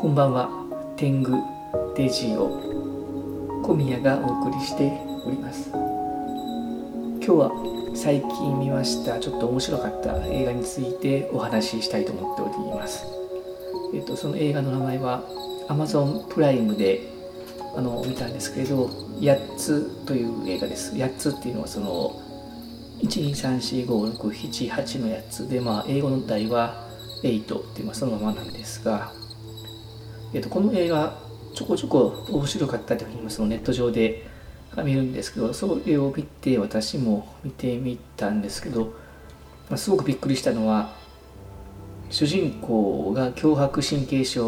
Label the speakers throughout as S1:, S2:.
S1: こんばんは。天狗デジオ小宮がお送りしております。今日は最近見ましたちょっと面白かった映画についてお話ししたいと思っております。その映画の名前は Amazon プライムで見たんですけれど、8つという映画です。8つっていうのはその123456788の8つで、英語の題は8っていうそのままなんですが、この映画ちょこちょこ面白かったというふうにそのネット上で見るんですけど、それを見て私も見てみたんですけど、すごくびっくりしたのは、主人公が強迫性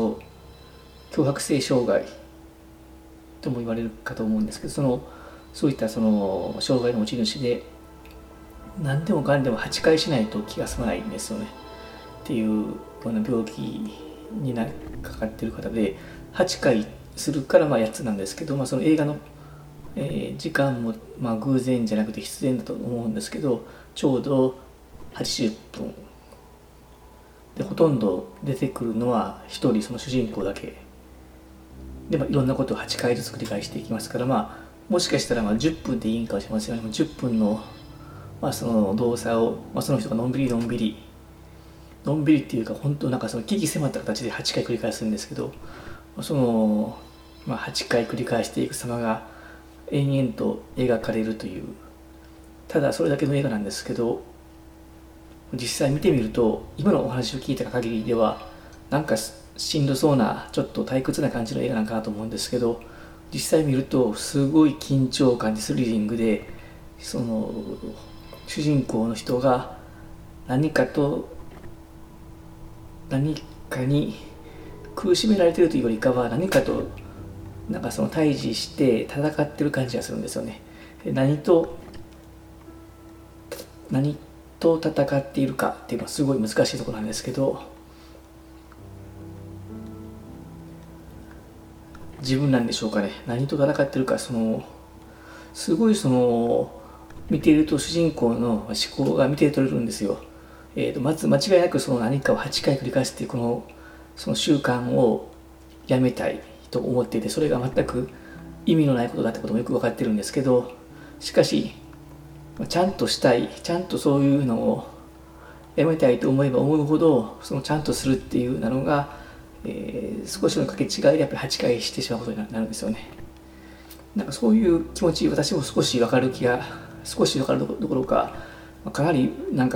S1: 障害とも言われるかと思うんですけど、そういった障害の持ち主で、何でもかんでも8回しないと気が済まないんですよねっていうような病気にかかっている方で、8回するから8つなんですけど、その映画の、時間も偶然じゃなくて必然だと思うんですけど、ちょうど80分で、ほとんど出てくるのは1人その主人公だけで、いろんなことを8回ずつ繰り返していきますから、もしかしたら10分でいいんかもしれませんが、10分のその動作を、その人がのんびりっていうか、本当その危機迫った形で8回繰り返すんですけど、8回繰り返していく様が延々と描かれるという、ただそれだけの映画なんですけど、実際見てみると、今のお話を聞いた限りではしんどそうな、ちょっと退屈な感じの映画なんかなと思うんですけど、実際見るとすごい緊張感でスリリングで、その主人公の人が何かに苦しめられているというよりかは、何かとその対峙して戦ってる感じがするんですよね。何と戦っているかっていうのはすごい難しいところなんですけど、自分なんでしょうかね。何と戦ってるか、すごい見ていると主人公の思考が見て取れるんですよ。まず間違いなく何かを8回繰り返すっていうその習慣をやめたいと思っていて、それが全く意味のないことだってこともよく分かってるんですけど、しかしちゃんとそういうのをやめたいと思えば思うほど、ちゃんとするっていうのが、少しの掛け違いでやっぱり8回してしまうことになるんですよね。そういう気持ち、私も少し分かるどころか、かなり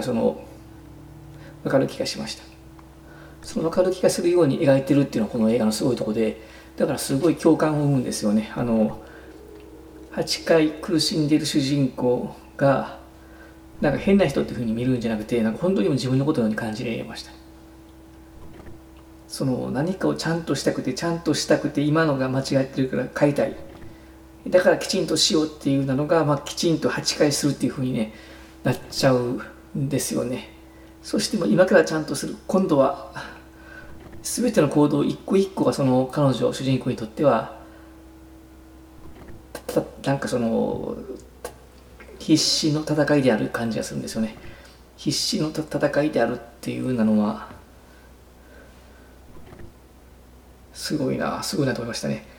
S1: 分かる気がしました。その分かる気がするように描いてるっていうのはこの映画のすごいところで、だからすごい共感を生むんですよね。8回苦しんでいる主人公が変な人っていうふうに見るんじゃなくて、本当にも自分のことのように感じられました。何かをちゃんとしたくて今のが間違ってるから変えたい、だからきちんとしようっていうのが、きちんと8回するっていうふうに、なっちゃうんですよね。そして今からちゃんとする、今度は全ての行動一個一個が彼女主人公にとっては必死の戦いである感じがするんですよね。必死の戦いであるっていうのはすごいなと思いましたね。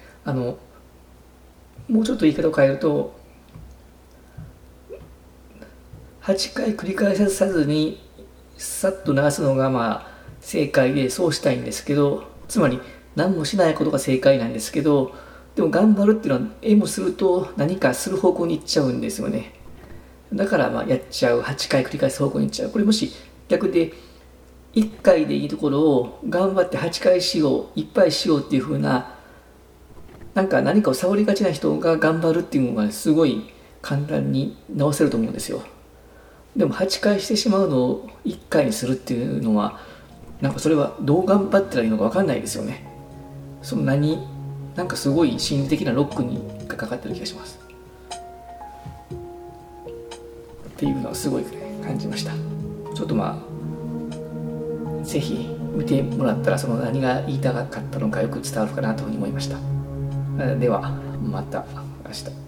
S1: もうちょっと言い方を変えると、8回繰り返さずにさっと流すのが正解で、そうしたいんですけど、つまり何もしないことが正解なんですけど、でも頑張るっていうのは絵もすると何かする方向に行っちゃうんですよね。だからやっちゃう、8回繰り返す方向に行っちゃう。これもし逆で1回でいいところを頑張って8回しよう、いっぱいしようっていう風な、何かをサボりがちな人が頑張るっていうのがすごい簡単に直せると思うんですよ。でも8回してしまうのを1回にするっていうのは、それはどう頑張ったらいいのか分かんないですよね。すごい心理的なロックがかかってる気がしますっていうのはすごい感じました。ちょっとぜひ見てもらったら、何が言いたかったのかよく伝わるかなというふうに思いました。ではまた明日。